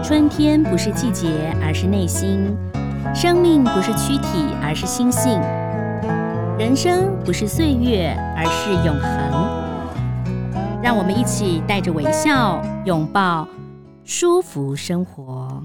春天不是季节，而是内心；生命不是躯体，而是心性；人生不是岁月，而是永恒。让我们一起带着微笑，拥抱舒服生活。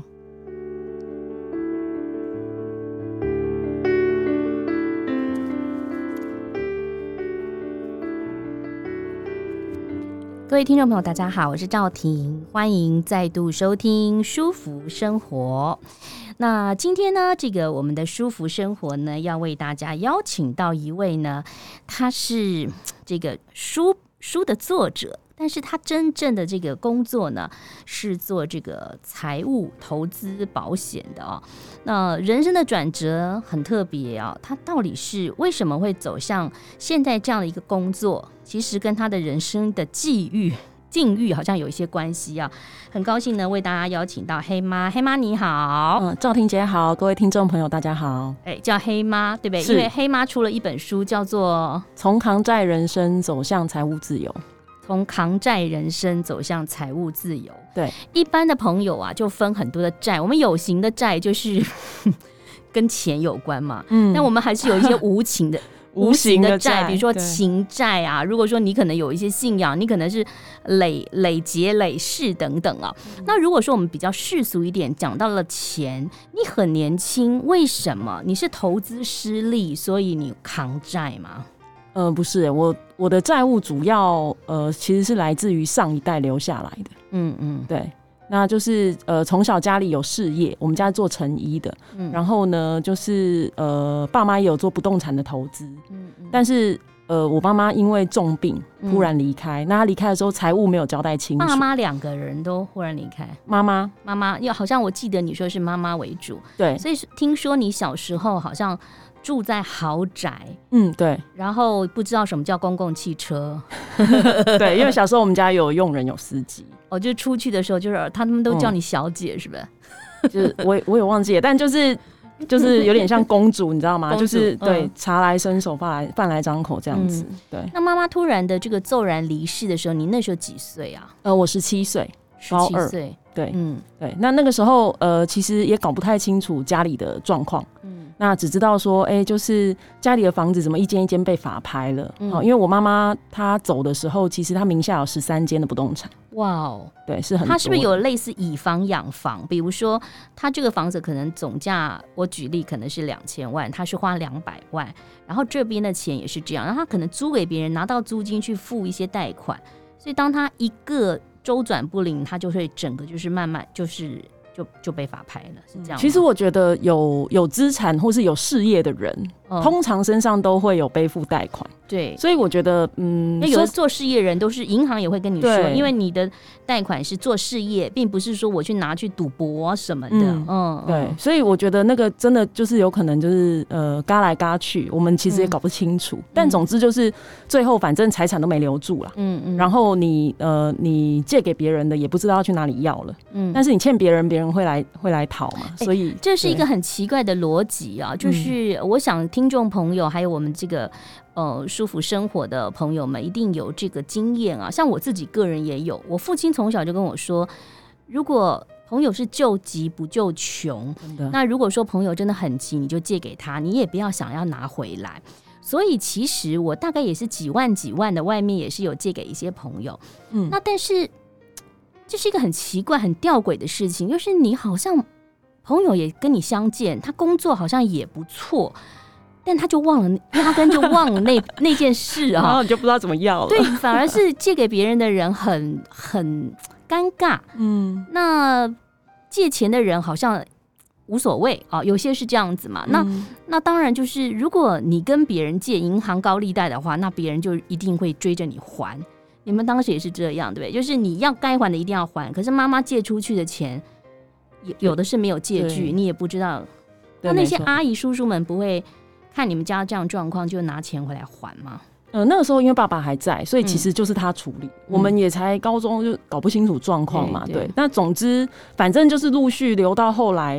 各位听众朋友大家好，我是赵婷，欢迎再度收听舒服生活。那今天呢，我们的舒服生活呢，要为大家邀请到一位呢，他是这个书的作者，但是他真正的这个工作呢，是做这个财务投资保险的哦。那人生的转折很特别啊，他到底是为什么会走向现在这样的一个工作？其实跟他的人生的境遇好像有一些关系啊。很高兴呢，为大家邀请到黑妈，黑妈你好。 赵婷姐好，各位听众朋友大家好。 叫黑妈对不对？因为黑妈出了一本书叫做《 从扛债人生走向财务自由》。 从扛债人生走向财务自由。 对， 一般的朋友啊，就分很多的债。我们有形的债就是跟钱有关嘛，但我们还是有一些无情的。无形的债，比如说情债啊，如果说你可能有一些信仰，你可能是累劫累世等等啊。那如果说我们比较世俗一点，讲到了钱，你很年轻，为什么你是投资失利，所以你扛债吗？ 不是，我的债务主要其实是来自于上一代留下来的。对。那就是从小家里有事业，我们家做成衣的，然后呢就是爸妈也有做不动产的投资，但是我妈妈因为重病突然离开，那她离开的时候财务没有交代清楚。 爸妈两个人都忽然离开？妈妈好像我记得你说是妈妈为主， 对， 所以听说你小时候好像住在豪宅， 对， 然后不知道什么叫公共汽车， 对，因为小时候我们家有佣人有司机， 就出去的时候就是他们都叫你小姐，是不是？ 就是我也忘记了，但就是有点像公主，你知道吗？就是对，茶来伸手，饭来张口这样子。对。 那妈妈突然的这个骤然离世的时候，你那时候几岁啊？ 我17岁，高2。 岁。 对，对。那个时候其实也搞不太清楚家里的状况。那只知道说，就是家里的房子怎么一间一间被法拍了。因为我妈妈她走的时候，其实她名下有13间的不动产。哇哦，对，是很多的。她是不是有类似以房养房？比如说，她这个房子可能总价，我举例可能是2000万，她是花200万，然后这边的钱也是这样，然后她可能租给别人，拿到租金去付一些贷款，所以当她一个周转不灵，她就会整个就是慢慢就被法拍了，是这样吗？ 其实我觉得有资产或是有事业的人，通常身上都会有背负贷款。对，所以我觉得， 因为有的做事业人都是银行也会跟你说，因为你的贷款是做事业，并不是说我去拿去赌博什么的。 对，所以我觉得那个真的就是有可能就是嘎来嘎去，我们其实也搞不清楚。但总之就是最后反正财产都没留住了。然后你借给别人的也不知道要去哪里要了。但是你欠别人，别人会来讨嘛。所以这是一个很奇怪的逻辑啊，就是我想听众朋友还有我们这个舒服生活的朋友们一定有这个经验啊，像我自己个人也有。我父亲从小就跟我说，如果朋友是救急不救穷，那如果说朋友真的很急，你就借给他，你也不要想要拿回来。所以其实我大概也是几万的，外面也是有借给一些朋友。那但是这是一个很奇怪很吊诡的事情，就是你好像朋友也跟你相见，他工作好像也不错，但他就忘了，压根就忘了那件事啊， 然后你就不知道怎么要了。 对，反而是借给别人的人很尴尬。那借钱的人好像无所谓啊，有些是这样子嘛。那当然就是，如果你跟别人借银行高利贷的话，那别人就一定会追着你还。你们当时也是这样，对不对？就是你要该还的一定要还，可是妈妈借出去的钱，有的是没有借据，你也不知道。那些阿姨叔叔们不会看你们家这样状况就拿钱回来还吗？ 那个时候因为爸爸还在，所以其实就是他处理。我们也才高中就搞不清楚状况嘛。对。那总之反正就是陆续留到后来，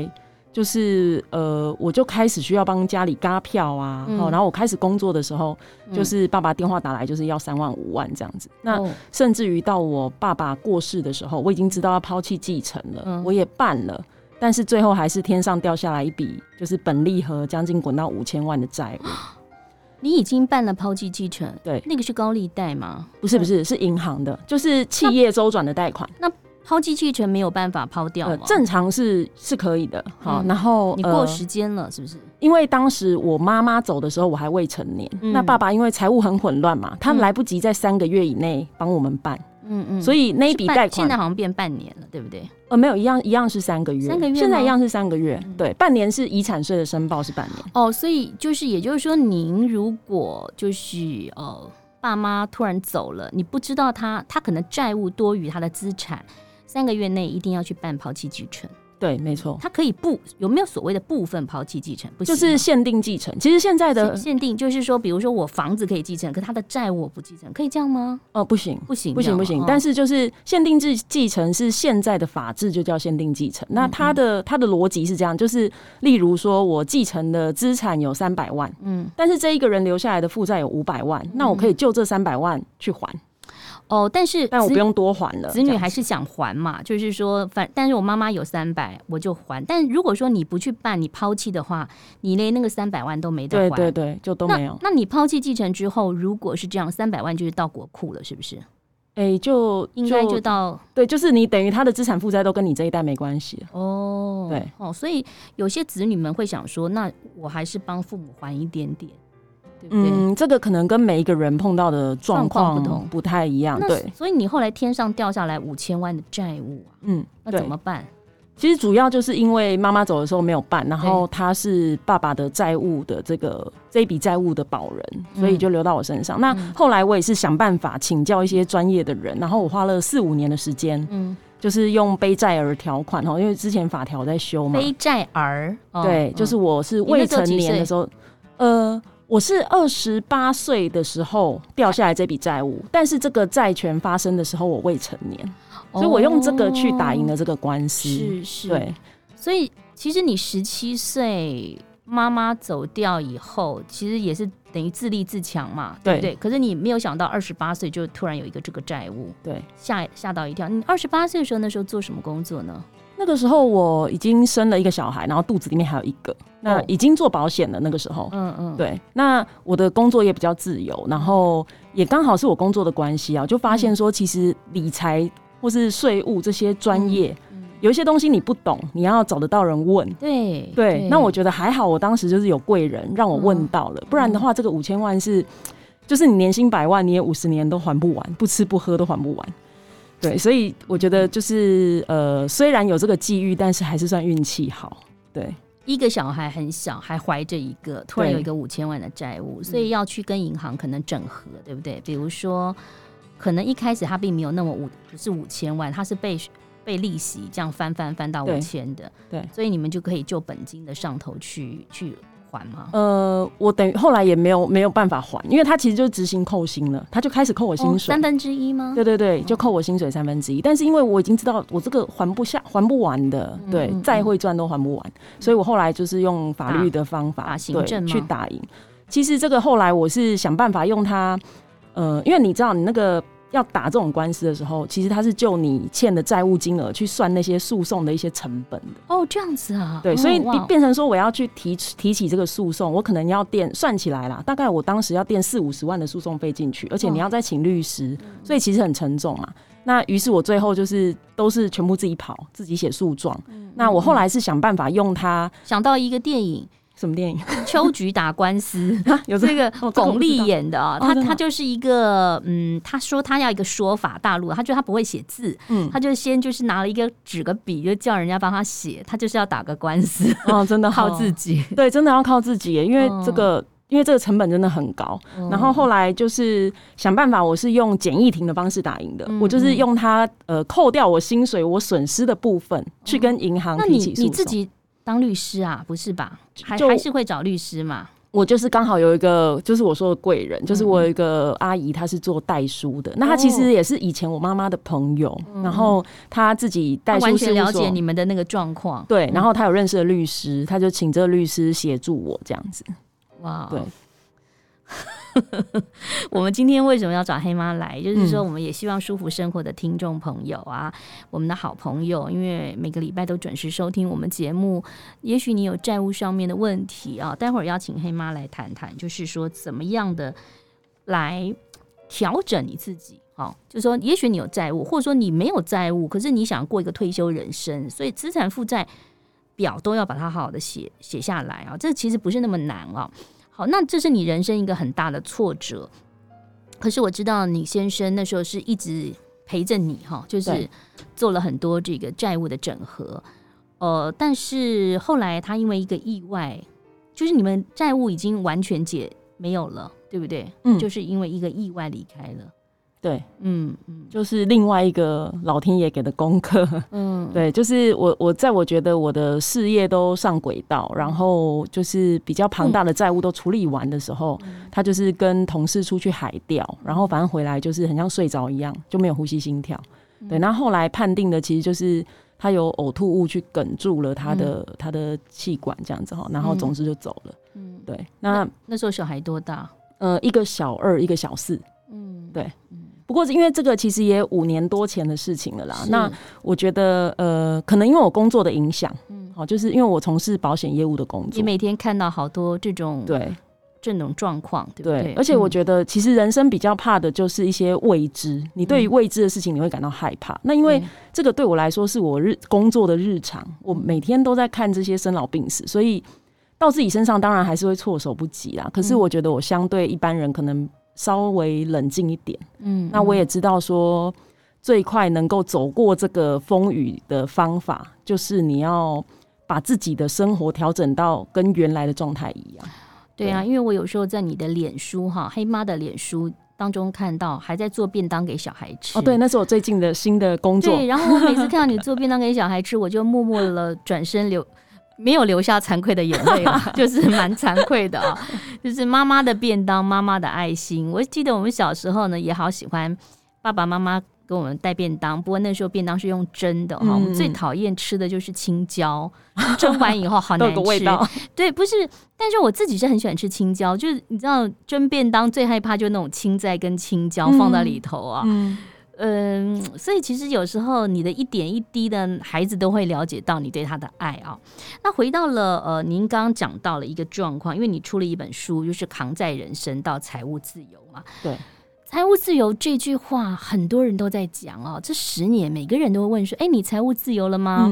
就是我就开始需要帮家里軋票啊，然后我开始工作的时候，就是爸爸电话打来就是要3万5万这样子。那甚至于到我爸爸过世的时候，我已经知道要抛弃继承了，我也办了，但是最后还是天上掉下来一笔，就是本利和将近滚到5000万的债务。 你已经办了抛弃继承， 对， 那个是高利贷吗？ 不是，是银行的，就是企业周转的贷款。 那抛弃继承没有办法抛掉吗？ 正常是可以的。好，然后你过时间了是不是？ 因为当时我妈妈走的时候我还未成年，那爸爸因为财务很混乱嘛，他来不及在3个月以内帮我们办。所以那一笔贷款现在好像变半年了，对不对？ 没有，一样是3个月。3个月，现在一样是3个月。对，半年是遗产税的申报是半年。 所以也就是说，您如果就是爸妈突然走了，你不知道他可能债务多于他的资产，3个月内一定要去办抛弃继承。 对，没错。 它可以有没有所谓的部分抛弃继承？不行， 就是限定继承。其实现在的限定就是说，比如说我房子可以继承，可他的债务我不继承，可以这样吗？ 不行。但是就是限定继承是现在的法制就叫限定继承。那它的逻辑是这样，就是例如说我继承的资产有300万，但是这一个人留下来的负债有500万，那我可以就这300万去还。但我不用多还了。 子女还是想还嘛，就是说，但是我妈妈有300，我就还。但如果说你不去办，你抛弃的话，你连那个300万都没得还。 对，就都没有。 那你抛弃继承之后，如果是这样，300万就是到国库了，是不是？ 就应该就到对，就是你等于他的资产负债都跟你这一代没关系了。对所以有些子女们会想说，那我还是帮父母还一点点。对不对？ 这个可能跟每一个人碰到的状况不太一样。对， 所以你后来天上掉下来5000万的债务那怎么办？ 其实主要就是因为妈妈走的时候没有办，然后他是爸爸的债务的这一笔债务的保人，所以就留到我身上。那后来我也是想办法请教一些专业的人，然后我花了4-5年的时间，就是用背债儿条款，因为之前法条在修嘛。 背债儿， 对，就是我是未成年的时候，我是28岁的时候掉下来这笔债务，但是这个债权发生的时候我未成年，所以我用这个去打赢了这个官司。 是， 对。 所以其实你17岁妈妈走掉以后，其实也是等于自立自强嘛，对不对？可是你没有想到28岁就突然有一个这个债务， 对， 吓到一跳。你28岁的时候，那时候做什么工作呢？ 那个时候我已经生了一个小孩，然后肚子里面还有一个，那已经做保险了。那个时候，对，那我的工作也比较自由，然后也刚好是我工作的关系啊，就发现说，其实理财或是税务这些专业，有一些东西你不懂，你要找得到人问。对，那我觉得还好，我当时就是有贵人让我问到了，不然的话，这个5000万就是你年薪100万，你也50年都还不完，不吃不喝都还不完。对，所以我觉得就是虽然有这个际遇，但是还是算运气好。对， 一个小孩很小，还怀着一个，突然有一个5000万的债务，所以要去跟银行可能整合，对不对？比如说，可能一开始他并没有那么不是5000万，他是被利息这样翻到5000的， 对， 所以你们就可以就本金的上头去还吗？ 我等于后来也没有办法还，因为他其实就执行扣薪了，他就开始扣我薪水 1/3吗？ 对，就扣我薪水1/3。但是因为我已经知道我这个还不完的，对，再会赚都还不完，所以我后来就是用法律的方法， 行政去打赢。其实这个后来我是想办法用它，因为你知道你那个。要打这种官司的时候，其实它是就你欠的债务金额去算那些诉讼的一些成本的。 这样子啊？ 对，所以变成说我要去提起这个诉讼，我可能要算起来啦，大概我当时要垫40-50万的诉讼费进去，而且你要再请律师，所以其实很沉重嘛。那于是我最后就是都是全部自己跑，自己写诉状。那我后来是想办法用它， 想到一个电影。 什么电影？ 秋菊打官司有这个巩俐演的啊，他就是一个他说他要一个说法，大陆他觉得他不会写字，他就先就是拿了一个纸个笔，就叫人家帮他写，他就是要打个官司真的靠自己， 对，真的要靠自己耶，因为这个成本真的很高。然后后来就是想办法，我是用简易庭的方式打赢的，我就是用他扣掉我薪水我损失的部分去跟银行提起诉讼。 那你自己当律师啊？不是吧？还是会找律师嘛？ 我就是刚好有一个，就是我说的贵人，就是我有一个阿姨，她是做代书的。那她其实也是以前我妈妈的朋友，然后她自己代书事务所， 完全了解你们的那个状况。 对，然后她有认识的律师，她就请这个律师协助我这样子。 哇， 对。 我们今天为什么要找黑妈来？就是说，我们也希望舒服生活的听众朋友啊，我们的好朋友，因为每个礼拜都准时收听我们节目，也许你有债务上面的问题啊，待会儿邀请黑妈来谈谈，就是说怎么样的来调整你自己。就是说，也许你有债务，或者说你没有债务，可是你想过一个退休人生，所以资产负债表都要把它好好的写下来啊，这其实不是那么难啊。好，那这是你人生一个很大的挫折，可是我知道你先生那时候是一直陪着你哈，就是做了很多这个债务的整合，但是后来他因为一个意外，就是你们债务已经完全没有了，对不对？就是因为一个意外离开了。 对，就是另外一个老天爷给的功课。对，就是我在我觉得我的事业都上轨道，然后就是比较庞大的债务都处理完的时候，他就是跟同事出去海钓，然后反正回来就是很像睡着一样，就没有呼吸心跳。对，那后来判定的其实就是他有呕吐物去哽住了他的气管这样子哈，然后总之就走了。对， 那时候小孩多大？ 一个小2，一个小4。对。不过因为这个其实也5年多前的事情了啦。那我觉得可能因为我工作的影响，就是因为我从事保险业务的工作， 你每天看到好多这种状况，对不对？ 对，而且我觉得其实人生比较怕的就是一些未知，你对于未知的事情你会感到害怕。那因为这个对我来说是我工作的日常，我每天都在看这些生老病死，所以到自己身上当然还是会措手不及啦。可是我觉得我相对一般人可能稍微冷静一点，那我也知道说最快能够走过这个风雨的方法，就是你要把自己的生活调整到跟原来的状态一样。 对啊，因为我有时候在你的脸书黑妈的脸书当中看到还在做便当给小孩吃。 对，那是我最近的新的工作。 对，然后我每次看到你做便当给小孩吃，我就默默的转身没有留下惭愧的眼泪就是蛮惭愧的就是妈妈的便当，妈妈的爱心。我记得我们小时候呢，也好喜欢爸爸妈妈给我们带便当，不过那时候便当是用蒸的我们最讨厌吃的就是青椒，蒸完以后好难吃， 都有个味道。 对，不是，但是我自己是很喜欢吃青椒，就是你知道蒸便当最害怕就那种青菜跟青椒放在里头所以其实有时候你的一点一滴的孩子都会了解到你对他的爱那回到了您刚刚讲到了一个状况，因为你出了一本书，就是扛债人生到财务自由嘛。 对， 财务自由这句话很多人都在讲这10年每个人都会问说，你财务自由了吗？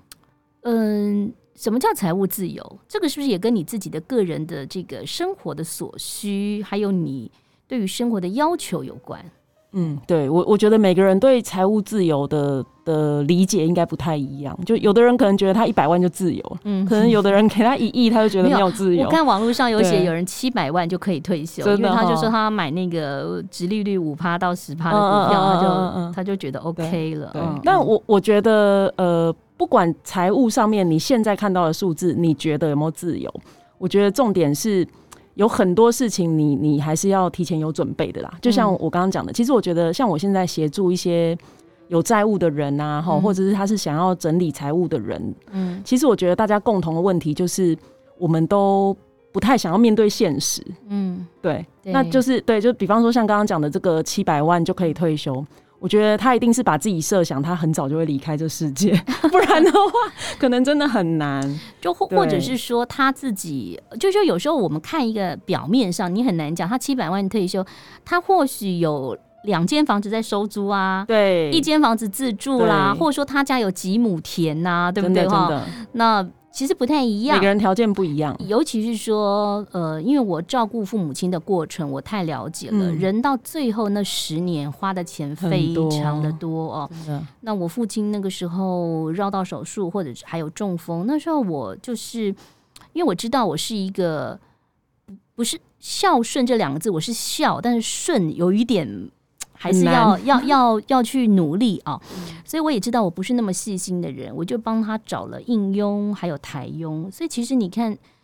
什么叫财务自由？这个是不是也跟你自己的个人的这个生活的所需，还有你对于生活的要求有关？ 对，我觉得每个人对财务自由的理解应该不太一样。就有的人可能觉得他100万就自由，可能有的人给他1亿，他就觉得没有自由。 我看网络上有写有人700万就可以退休，因为他就说他买那个殖利率5%到10%的股票，他就觉得 OK 了。 但我觉得不管财务上面你现在看到的数字，你觉得有没有自由？我觉得重点是有很多事情你还是要提前有准备的啦。就像我刚刚讲的，其实我觉得像我现在协助一些有债务的人啊，或者是他是想要整理财务的人，其实我觉得大家共同的问题就是我们都不太想要面对现实。对，那就是对，就比方说像刚刚讲的这个700万就可以退休，我觉得他一定是把自己设想他很早就会离开这世界，不然的话可能真的很难。 就或者是说他自己，就说有时候我们看一个表面上你很难讲，他700万退休，他或许有2间房子在收租啊， 对 ，1间房子自住啦，或者说他家有几亩田啊，对不对？ 真的那其实不太一样， 每个人条件不一样。 尤其是说因为我照顾父母亲的过程我太了解了，人到最后那10年花的钱非常的多那我父亲那个时候绕道手术或者还有中风，那时候我就是因为我知道我是一个不是孝顺这2个字，我是孝，但是顺有一点还是要去努力所以我也知道我不是那么细心的人，我就帮他找了应佣还有台佣。所以其实你看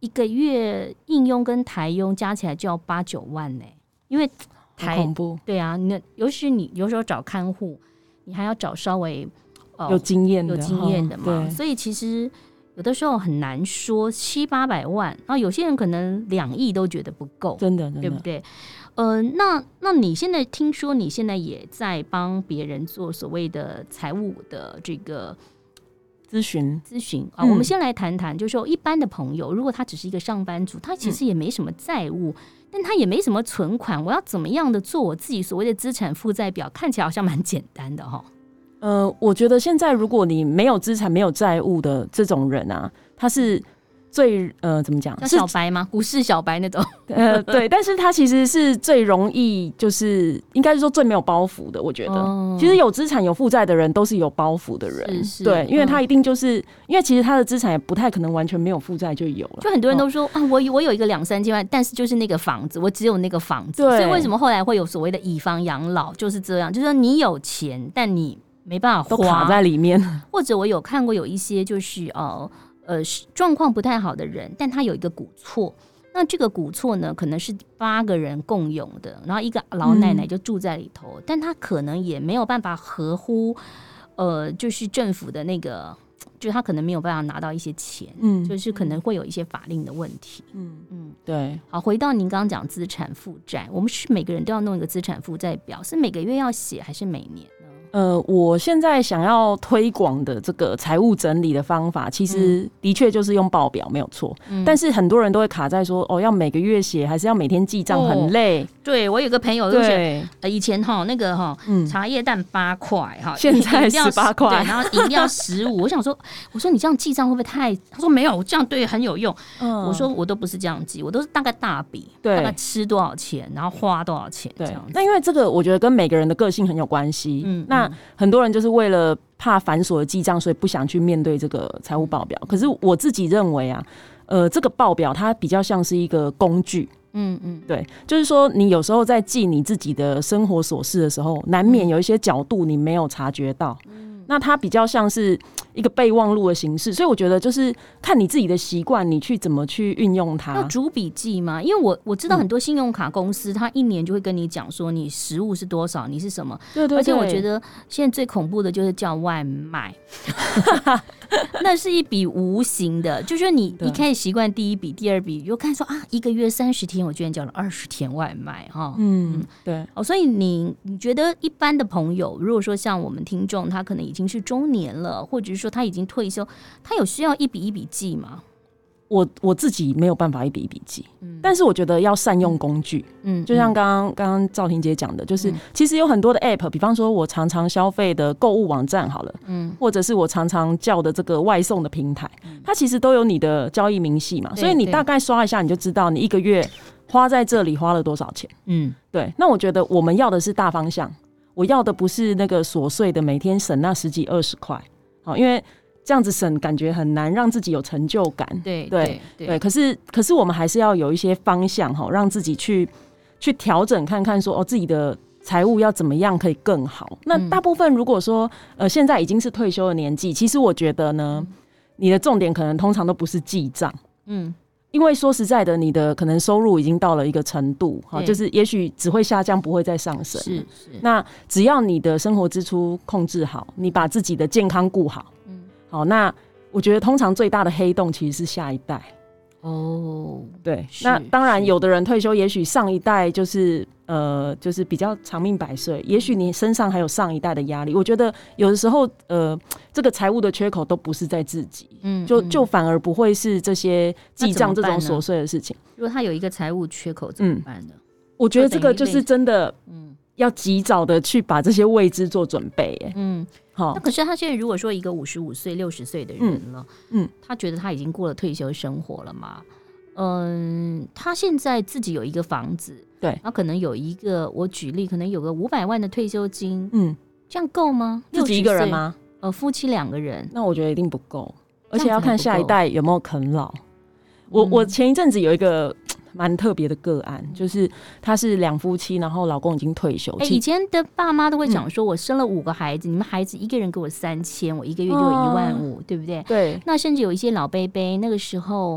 一个月应用跟台佣加起来就要8、9万呢，因为好恐怖。 对啊，尤其你有时候找看护，你还要找稍微有经验的嘛，所以其实有的时候很难说700、800万，然后有些人可能2亿都觉得不够， 真的， 对不对？那你现在听说你现在也在帮别人做所谓的财务的这个咨询啊，我们先来谈谈，就是说一般的朋友，如果他只是一个上班族，他其实也没什么债务，但他也没什么存款，我要怎么样的做我自己所谓的资产负债表？看起来好像蛮简单的哈。 我觉得现在如果你没有资产、没有债务的这种人啊，他是最怎么讲？ 叫小白吗？股市小白那种？ 对，但是他其实是最容易，就是应该是说最没有包袱的。我觉得，其实有资产、有负债的人都是有包袱的人，对，因为他一定就是因为其实他的资产也不太可能完全没有负债就有了。 就很多人都说啊，我有一个2、3千万，但是就是那个房子，我只有那个房子，所以为什么后来会有所谓的以房养老？就是这样，就是说你有钱，但你没办法花， 都卡在里面。 或者我有看过有一些就是状况不太好的人，但他有一个股错，那这个股错呢，可能是8个人共用的，然后一个老奶奶就住在里头，但他可能也没有办法合乎就是政府的那个，就是他可能没有办法拿到一些钱，就是可能会有一些法令的问题。 对。 好，回到您刚刚讲资产负债，我们是每个人都要弄一个资产负债表，是每个月要写还是每年呢？ 我现在想要推广的这个财务整理的方法，其实的确就是用报表，没有错。但是很多人都会卡在说，要每个月写，还是要每天记账，很累。 对，我有个朋友就是以前那个茶叶蛋8块现在18块， 然后饮料15。我想说，你这样记账会不会太？他说没有，我这样对很有用。我说我都不是这样记，我都是大概大笔，大概吃多少钱，然后花多少钱这样子。 那因为这个，我觉得跟每个人的个性很有关系。那很多人就是为了怕繁琐的记账，所以不想去面对这个财务报表。可是我自己认为啊，这个报表它比较像是一个工具。对，就是说你有时候在记你自己的生活琐事的时候，难免有一些角度你没有察觉到。那它比较像是一个备忘录的形式，所以我觉得就是看你自己的习惯，你去怎么去运用它。 要逐笔记吗？因为我知道很多信用卡公司，它1年就会跟你讲说你实物是多少，你是什么。 对， 而且我觉得现在最恐怖的就是叫外卖，那是一笔无形的，就是你一开始习惯第一笔、第二笔，又看说啊，一个月30天，我居然叫了20天外卖哈。 对。 所以你觉得一般的朋友，如果说像我们听众，他可能已经是中年了，或者是说他已经退休，他有需要一笔一笔记吗？ 我自己没有办法一笔一笔记，但是我觉得要善用工具。就像刚刚赵婷姐讲的，就是其实有很多的 app， 比方说我常常消费的购物网站好了，或者是我常常叫的这个外送的平台，它其实都有你的交易明细嘛，所以你大概刷一下，你就知道你一个月花在这里花了多少钱。对。那我觉得我们要的是大方向，我要的不是那个琐碎的每天省那10几20块，因为这样子省感觉很难让自己有成就感。对。可是我们还是要有一些方向，让自己去调整看看说自己的财务要怎么样可以更好。那大部分如果说现在已经是退休的年纪，其实我觉得呢，你的重点可能通常都不是记账。因为说实在的，你的可能收入已经到了一个程度，就是也许只会下降，不会再上升。是。那只要你的生活支出控制好，你把自己的健康顾好，好，那我觉得通常最大的黑洞其实是下一代。对。那当然，有的人退休，也许上一代就是比较长命百岁，也许你身上还有上一代的压力。我觉得有的时候，这个财务的缺口都不是在自己，就反而不会是这些记账这种琐碎的事情。 如果他有一个财务缺口怎么办呢？ 我觉得这个就是真的，要及早的去把这些未知做准备。 那可是他现在如果说一个55岁、60岁的人了，他觉得他已经过了退休生活了嘛？他现在自己有一个房子， 对， 他可能有一个，我举例，可能有个500万的退休金，这样够吗？ 自己一个人吗？ 夫妻2个人， 那我觉得一定不够，而且要看下一代有没有啃老。我前一阵子有一个蛮特别的个案，就是他是2夫妻，然后老公已经退休。 以前的爸妈都会讲说，我生了5个孩子，你们孩子一个人给我3000，我一个月就有15000，对不对？ 对。 那甚至有一些老伯伯，那个时候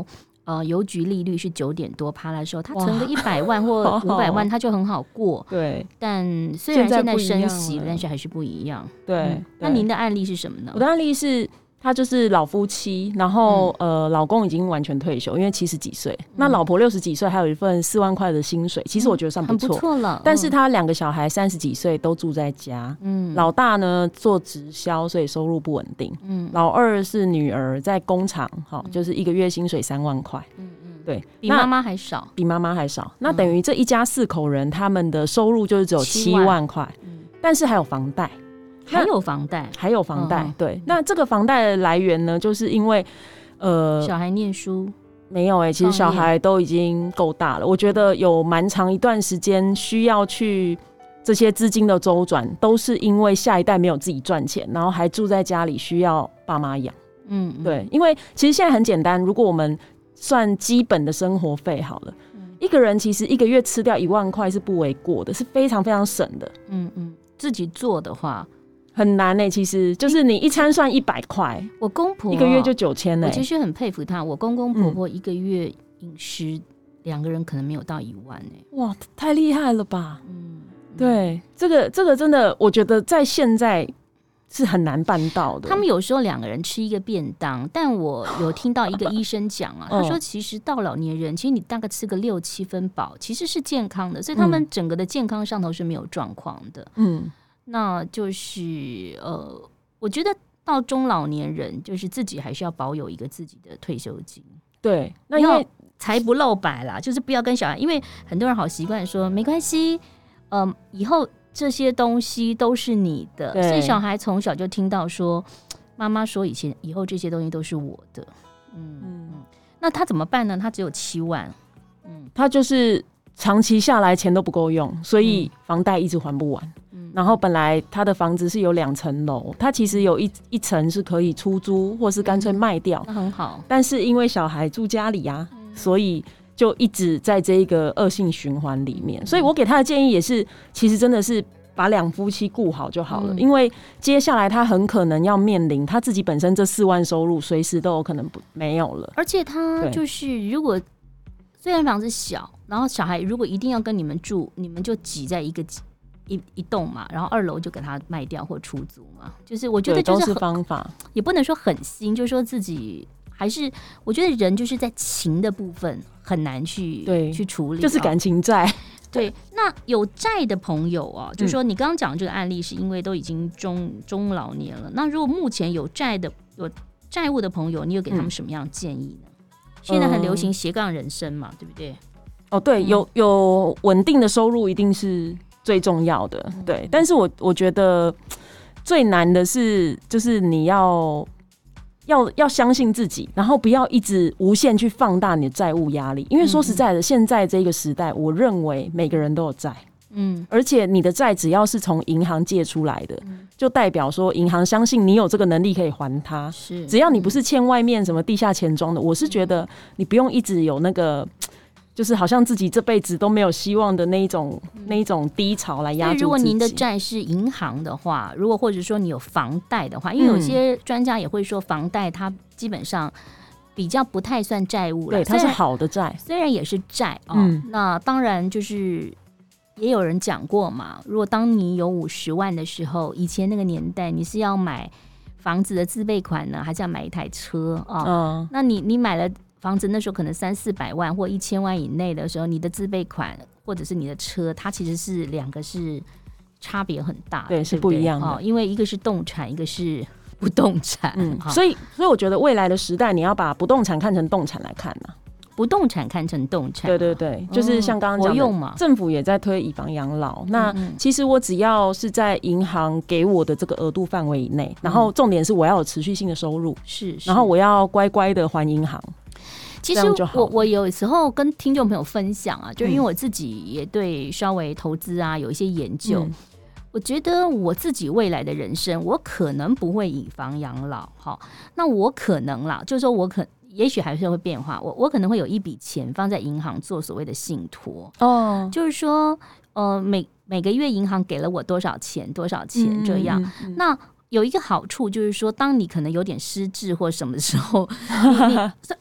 邮局利率是9点多趴的时候，他存个100万或500万，他就很好过。 对， 但虽然现在升息，但是还是不一样。 对， 那您的案例是什么呢？ 我的案例是，他就是老夫妻，然后老公已经完全退休，因为70几岁，那老婆60几岁，还有一份4万块的薪水，其实我觉得算不错， 很不错了。 但是他2个小孩30几岁都住在家，老大呢做直销，所以收入不稳定，老二是女儿在工厂，就是1个月薪水3万块，对， 比妈妈还少， 比妈妈还少。那等于这一家4口人，他们的收入就是只有7万块，但是还有房贷。 还有房贷， 对。那这个房贷的来源呢，就是因为小孩念书没有其实小孩都已经够大了。我觉得有蛮长一段时间需要去这些资金的周转，都是因为下一代没有自己赚钱，然后还住在家里需要爸妈养。对，因为其实现在很简单，如果我们算基本的生活费好了，一个人其实1个月吃掉1万块是不为过的，是非常非常省的。 自己做的话。 很难其实就是你一餐算100块，我公婆 1个月就9000 我其实很佩服他，我公公婆婆1个月饮食2个人可能没有到1万哇，太厉害了吧！对，这个真的，我觉得在现在是很难办到的。 他们有时候2个人吃一个便当，但我有听到一个医生讲啊，他说其实到老年人，其实你大概吃个6、7分饱，其实是健康的，所以他们整个的健康上头是没有状况的。那就是我觉得到中老年人，就是自己还是要保有一个自己的退休金。 对，那因为财不露白啦，就是不要跟小孩，因为很多人好习惯说没关系，以后这些东西都是你的，所以小孩从小就听到说妈妈说以后这些东西都是我的。那他怎么办呢？他只有7万， 他就是长期下来钱都不够用，所以房贷一直还不完。然后本来他的房子是有2层楼，他其实有一层是可以出租，或是干脆卖掉， 那很好。 但是因为小孩住家里啊，所以就一直在这一个恶性循环里面。所以我给他的建议也是，其实真的是把2夫妻顾好就好了，因为接下来他很可能要面临他自己本身这4万收入，随时都有可能没有了。 而且他就是如果虽然房子小，然后小孩如果一定要跟你们住，你们就挤在一栋嘛，然后2楼就给他卖掉或出租嘛，就是我觉得就是都是方法， 也不能说狠心，就是说自己还是我觉得人就是在情的部分很难去处理， 就是感情债。 对，那有债的朋友啊，就是说你刚刚讲的这个案例是因为都已经中老年了，那如果目前有债务的朋友，你有给他们什么样的建议呢？现在很流行斜杠人生嘛，对不对？ 对，有稳定的收入一定是最重要的，对。但是我觉得最难的是，就是你要相信自己，然后不要一直无限去放大你的债务压力。因为说实在的，现在这个时代，我认为每个人都有债，而且你的债只要是从银行借出来的，就代表说银行相信你有这个能力可以还它。是，只要你不是欠外面什么地下钱庄的，我是觉得你不用一直有那个。就是好像自己这辈子都没有希望的那一种低潮来压住自己。 如果您的债是银行的话，如果或者说你有房贷的话，因为有些专家也会说房贷它基本上比较不太算债务了， 对，它是好的债， 虽然也是债那当然就是也有人讲过嘛，如果当你有50万的时候，以前那个年代你是要买房子的自备款呢，还是要买一台车那你买了房子那时候可能300-400万或1000万以内的时候，你的自备款或者是你的车，它其实是2个是差别很大的， 对，是不一样的。 因为一个是动产，一个是不动产。 所以我觉得未来的时代，你要把不动产看成动产来看啊。 不动产看成动产， 对对对，就是像刚刚讲的， 用嘛， 政府也在推以房养老。那其实我只要是在银行给我的这个额度范围以内，然后重点是我要有持续性的收入，然后我要乖乖的还银行。 其实我有时候跟听众朋友分享啊，就是因为我自己也对稍微投资啊有一些研究，我觉得我自己未来的人生，我可能不会以房养老，那我可能啦，就是说也许还是会变化，我可能会有一笔钱放在银行做所谓的信托就是说每个月银行给了我多少钱这样。那有一个好处就是说，当你可能有点失智或什么的时候，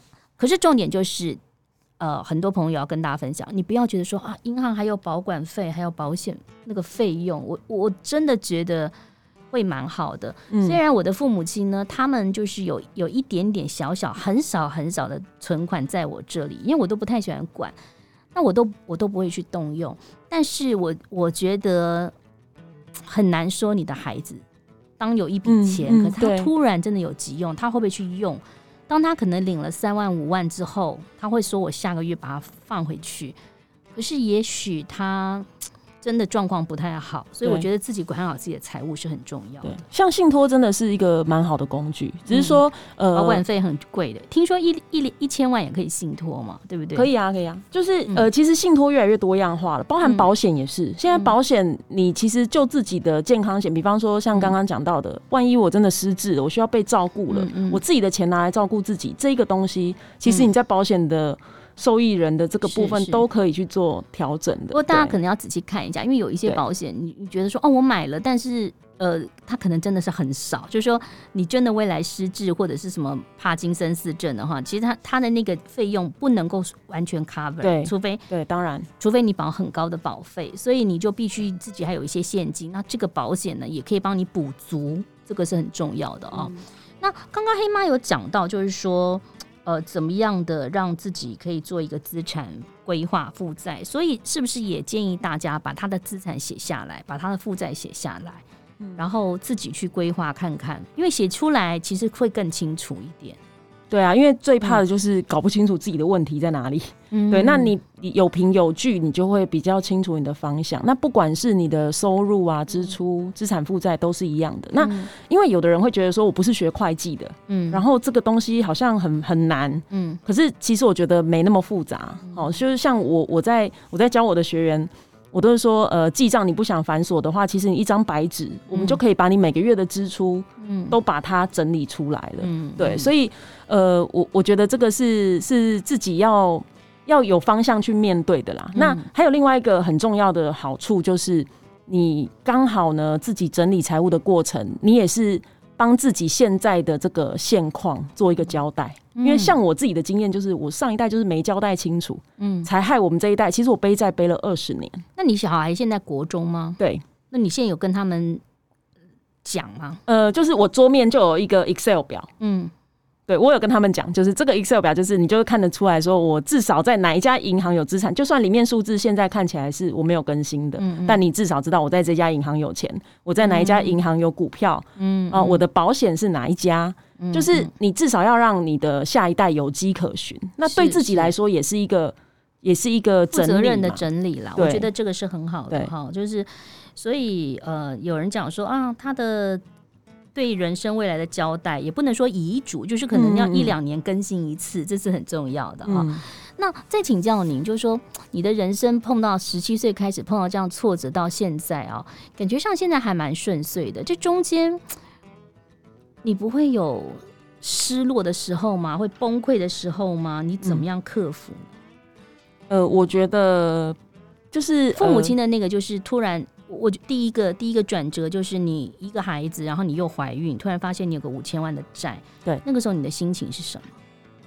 可是重点就是很多朋友要跟大家分享，你不要觉得说啊，银行还有保管费，还有保险那个费用，我真的觉得会蛮好的。虽然我的父母亲呢，他们就是有一点点小小很少很少的存款在我这里，因为我都不太喜欢管，那我都不会去动用。但是我觉得很难说你的孩子当有一笔钱，可是他突然真的有急用，他会不会去用？当他可能领了3万5万之后，他会说我下个月把它放回去，可是也许他真的状况不太好，所以我觉得自己管好自己的财务是很重要的。 像信托真的是一个蛮好的工具，只是说保管费很贵的，听说1000万也可以信托嘛，对不对？ 可以啊，可以啊，就是其实信托越来越多样化了，包含保险也是。现在保险你其实就自己的健康险，比方说像刚刚讲到的，万一我真的失智了，我需要被照顾了，我自己的钱拿来照顾自己，这个东西其实你在保险的受益人的这个部分都可以去做调整的。 不过大家可能要仔细看一下，因为有一些保险你觉得说我买了，但是它可能真的是很少，就是说你真的未来失智或者是什么帕金森氏症的话，其实它的那个费用不能够完全 cover， 对，当然， 除非你保很高的保费，所以你就必须自己还有一些现金，那这个保险呢也可以帮你补足，这个是很重要的哦。那刚刚黑妈有讲到，就是说怎么样的让自己可以做一个资产规划负债，所以是不是也建议大家把他的资产写下来，把他的负债写下来，然后自己去规划看看，因为写出来其实会更清楚一点。 对啊，因为最怕的就是搞不清楚自己的问题在哪里。对，那你有凭有据，你就会比较清楚你的方向。那不管是你的收入啊、支出、资产负债都是一样的。那因为有的人会觉得说我不是学会计的，然后这个东西好像很难，可是其实我觉得没那么复杂。就是像我在教我的学员。我都是说，记账你不想繁琐的话，其实你一张白纸，我们就可以把你每个月的支出，都把它整理出来了。对，所以，我觉得这个是自己要有方向去面对的啦。那还有另外一个很重要的好处，就是你刚好呢自己整理财务的过程，你也是帮自己现在的这个现况做一个交代。因为像我自己的经验，就是我上一代就是没交代清楚，才害我们这一代。其实我背债背了20年。 那你小孩现在国中吗？ 对。 那你现在有跟他们讲吗？ 就是我桌面就有一个 Excel 表，对，我有跟他们讲，就是这个 Excel 表，就是你就会看得出来说，我至少在哪一家银行有资产，就算里面数字现在看起来是我没有更新的，但你至少知道我在这家银行有钱，我在哪一家银行有股票，我的保险是哪一家，就是你至少要让你的下一代有迹可循。那对自己来说也是一个负责任的整理啦。我觉得这个是很好的哈，就是所以有人讲说啊，他的对人生未来的交代，也不能说遗嘱，就是可能要1-2年更新一次，这是很重要的哈。那再请教您，就是说你的人生碰到17岁开始碰到这样挫折到现在啊，感觉上现在还蛮顺遂的，这中间你不会有失落的时候吗？会崩溃的时候吗？你怎么样克服？ 我觉得就是父母亲的那个，就是突然，我第一个转折就是你一个孩子，然后你又怀孕，突然发现你有个5000万的债， 对， 那个时候你的心情是什么？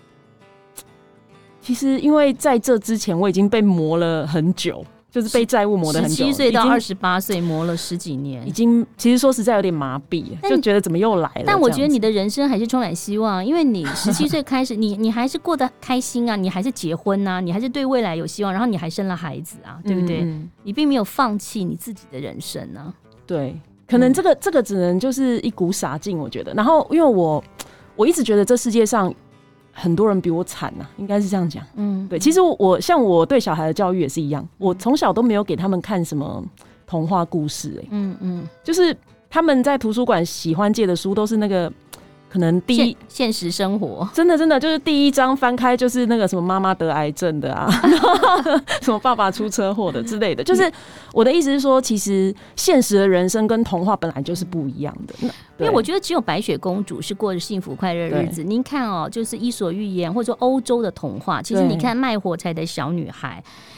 其实因为在这之前我已经被磨了很久，就是被债务磨得很久，17 岁到28岁磨了10几年， 已经其实说实在有点麻痹，就觉得怎么又来了。 但我觉得你的人生还是充满希望，因为你17岁开始，你还是过得开心啊，你还是结婚啊，你还是对未来有希望，然后你还生了孩子啊，对不对？你并没有放弃你自己的人生啊。对， 可能这个只能就是一股傻劲，我觉得。然后因为我一直觉得这世界上很多人比我惨啊，应该是这样讲。对，其实像我对小孩的教育也是一样，我从小都没有给他们看什么童话故事，就是他们在图书馆喜欢借的书都是那个可能现实生活， 真的就是第一章翻开就是那个什么妈妈得癌症的啊，什么爸爸出车祸的之类的。就是我的意思是说，其实现实的人生跟童话本来就是不一样的。 因为我觉得只有白雪公主是过着幸福快乐的日子。您看哦，就是伊索寓言或者说欧洲的童话，其实你看卖火柴的小女孩，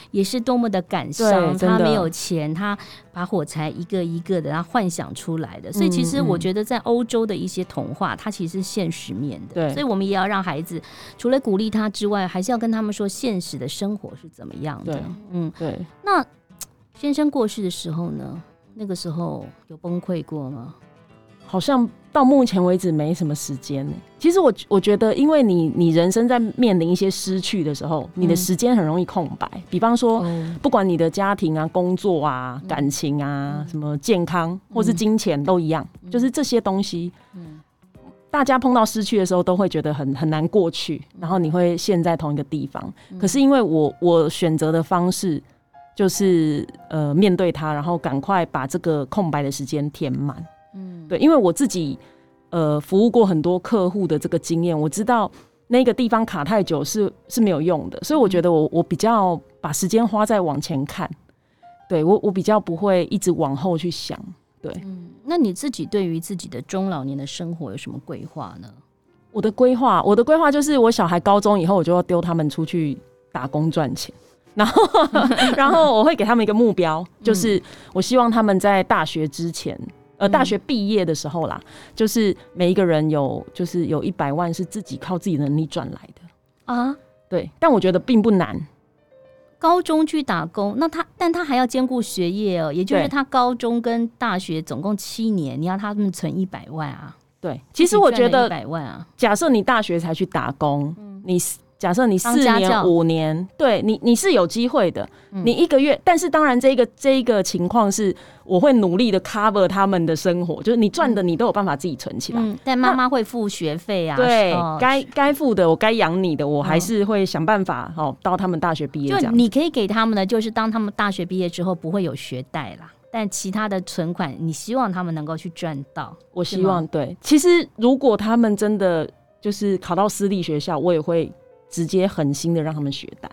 也是多么的感伤，他没有钱，他把火柴一个一个的他幻想出来的。所以其实我觉得在欧洲的一些童话它其实是现实面的，所以我们也要让孩子除了鼓励他之外，还是要跟他们说现实的生活是怎么样的。 对。 那先生过世的时候呢，那个时候有崩溃过吗？ 好像到目前为止没什么时间。其实我觉得，因为你人生在面临一些失去的时候，你的时间很容易空白。比方说，不管你的家庭啊、工作啊、感情啊、什么健康或是金钱都一样，就是这些东西，大家碰到失去的时候都会觉得很难过去，然后你会陷在同一个地方。可是因为我选择的方式就是面对它，然后赶快把这个空白的时间填满。对，因为我自己服务过很多客户的这个经验，我知道那个地方卡太久是没有用的，所以我觉得我比较把时间花在往前看，对，我比较不会一直往后去想。对， 那你自己对于自己的中老年的生活有什么规划呢？ 我的规划就是我小孩高中以后，我就要丢他们出去打工赚钱。然后我会给他们一个目标，就是我希望他们在大学之前大学毕业的时候啦，就是每一个人就是有100万是自己靠自己的能力赚来的啊。对，但我觉得并不难。 高中去打工，但他还要兼顾学业哦，也就是他高中跟大学总共7年，你要他们存100万啊。 对，其实我觉得 100万啊， 假设你大学才去打工，假设你4年5年，对，你是有机会的。你1个月，但是当然这一个情况是我会努力的 cover 他们的生活，就是你赚的你都有办法自己存起来。 但妈妈会付学费啊， 对，该付的我该养你的，我还是会想办法到他们大学毕业这样。 就你可以给他们的就是当他们大学毕业之后不会有学贷啦。但其他的存款，你希望他们能够去赚到？ 我希望对。其实如果他们真的就是考到私立学校，我也会直接狠心的让他们学贷。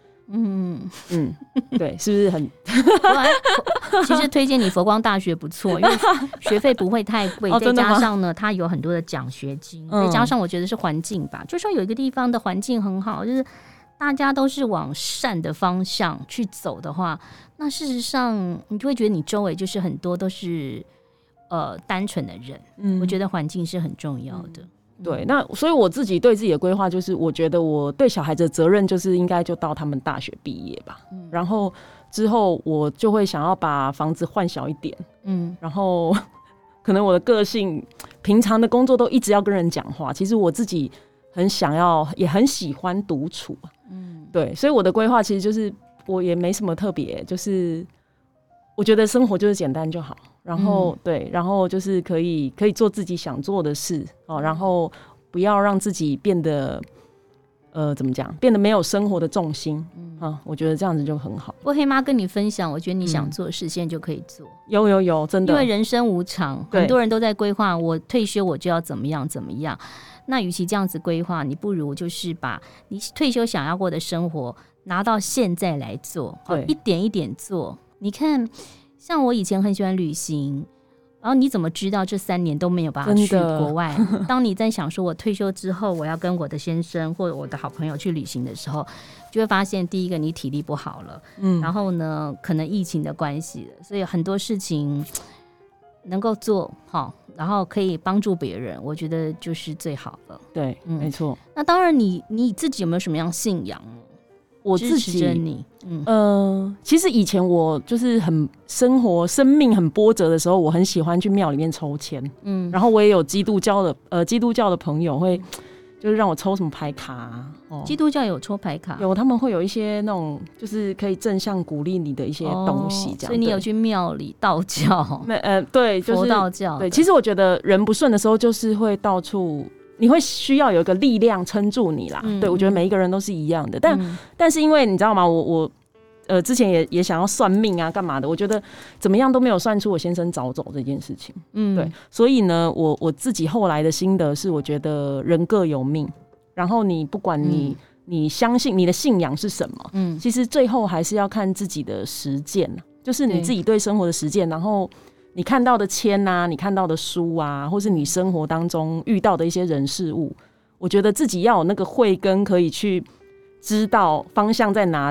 对，是不是很？ 其实推荐你佛光大学不错，因为学费不会太贵，再加上呢，它有很多的奖学金，再加上我觉得是环境吧，就说有一个地方的环境很好，就是大家都是往善的方向去走的话，那事实上你就会觉得你周围就是很多都是单纯的人。我觉得环境是很重要的。 对，那所以我自己对自己的规划就是，我觉得我对小孩子的责任就是应该就到他们大学毕业吧。然后之后我就会想要把房子换小一点。然后可能我的个性，平常的工作都一直要跟人讲话，其实我自己很想要，也很喜欢独处。对，所以我的规划其实就是我也没什么特别，就是我觉得生活就是简单就好。然后对，然后就是可以做自己想做的事然后不要让自己变得怎么讲，变得没有生活的重心。我觉得这样子就很好。 不过黑妈跟你分享，我觉得你想做的事现在就可以做。 有，真的， 因为人生无常，很多人都在规划，我退休我就要怎么样怎么样。那与其这样子规划，你不如就是把你退休想要过的生活拿到现在来做，一点一点做。你看。像我以前很喜欢旅行，然后你怎么知道这3年都没有办法去国外？当你在想说我退休之后我要跟我的先生或者我的好朋友去旅行的时候，就会发现第一个你体力不好了，然后呢可能疫情的关系了，所以很多事情能够做好，然后可以帮助别人，我觉得就是最好了。 对，没错。 那当然你自己有没有什么样信仰？ 我自己支持着你， 其实以前我就是很生命很波折的时候，我很喜欢去庙里面抽签，然后我也有基督教的朋友会就是让我抽什么牌卡啊。 基督教有抽牌卡？ 有，他们会有一些那种就是可以正向鼓励你的一些东西，这样。 所以你有去庙里？道教？ 对，就是佛道教。 对，其实我觉得人不顺的时候，就是会到处。你会需要有一个力量撑住你啦。对，我觉得每一个人都是一样的，但是因为你知道吗，我之前也想要算命啊干嘛的，我觉得怎么样都没有算出我先生早走这件事情。对，所以呢我自己后来的心得是，我觉得人各有命，然后你不管你相信你的信仰是什么，其实最后还是要看自己的实践，就是你自己对生活的实践，然后你看到的签啊，你看到的书啊，或是你生活当中遇到的一些人事物，我觉得自己要有那个慧根，可以去知道方向在哪里，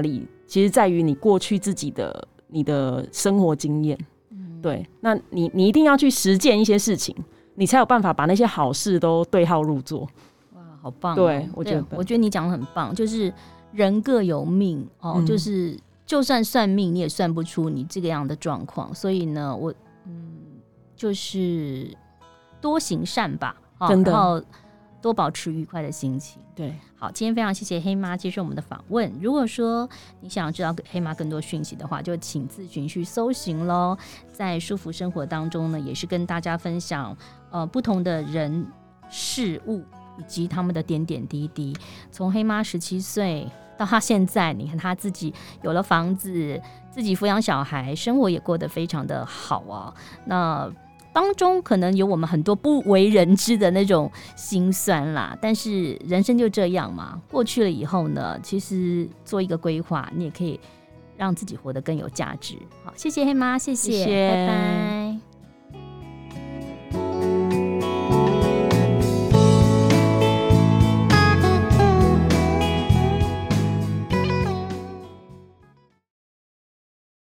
其实在于你过去自己的你的生活经验。对，那你一定要去实践一些事情，你才有办法把那些好事都对号入座。 哇，好棒！ 对，我觉得你讲的很棒，就是人各有命哦，就是就算算命，你也算不出你这个样的状况。所以呢，我就是多行善吧， 真的， 然后多保持愉快的心情。 对， 好，今天非常谢谢黑妈接受我们的访问。如果说你想要知道黑妈更多讯息的话，就请自行去搜寻咯。在舒服生活当中呢，也是跟大家分享不同的人事物以及他们的点点滴滴。从黑妈17岁到她现在，你看她自己有了房子，自己抚养小孩，生活也过得非常的好啊。那当中可能有我们很多不为人知的那种辛酸啦，但是人生就这样嘛，过去了以后呢，其实做一个规划，你也可以让自己活得更有价值。好，谢谢黑妈，谢谢，拜拜。